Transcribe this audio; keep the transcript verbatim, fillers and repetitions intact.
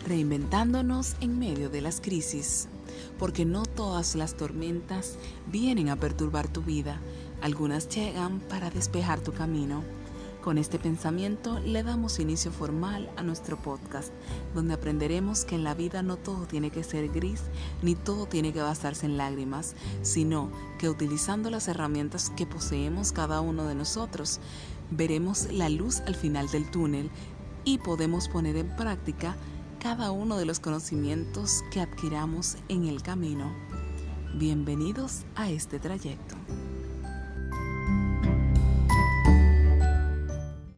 reinventándonos en medio de las crisis, porque no todas las tormentas vienen a perturbar tu vida, algunas llegan para despejar tu camino. Con este pensamiento le damos inicio formal a nuestro podcast, donde aprenderemos que en la vida no todo tiene que ser gris, ni todo tiene que basarse en lágrimas, sino que utilizando las herramientas que poseemos cada uno de nosotros, veremos la luz al final del túnel y podemos poner en práctica cada uno de los conocimientos que adquiramos en el camino. Bienvenidos a este trayecto.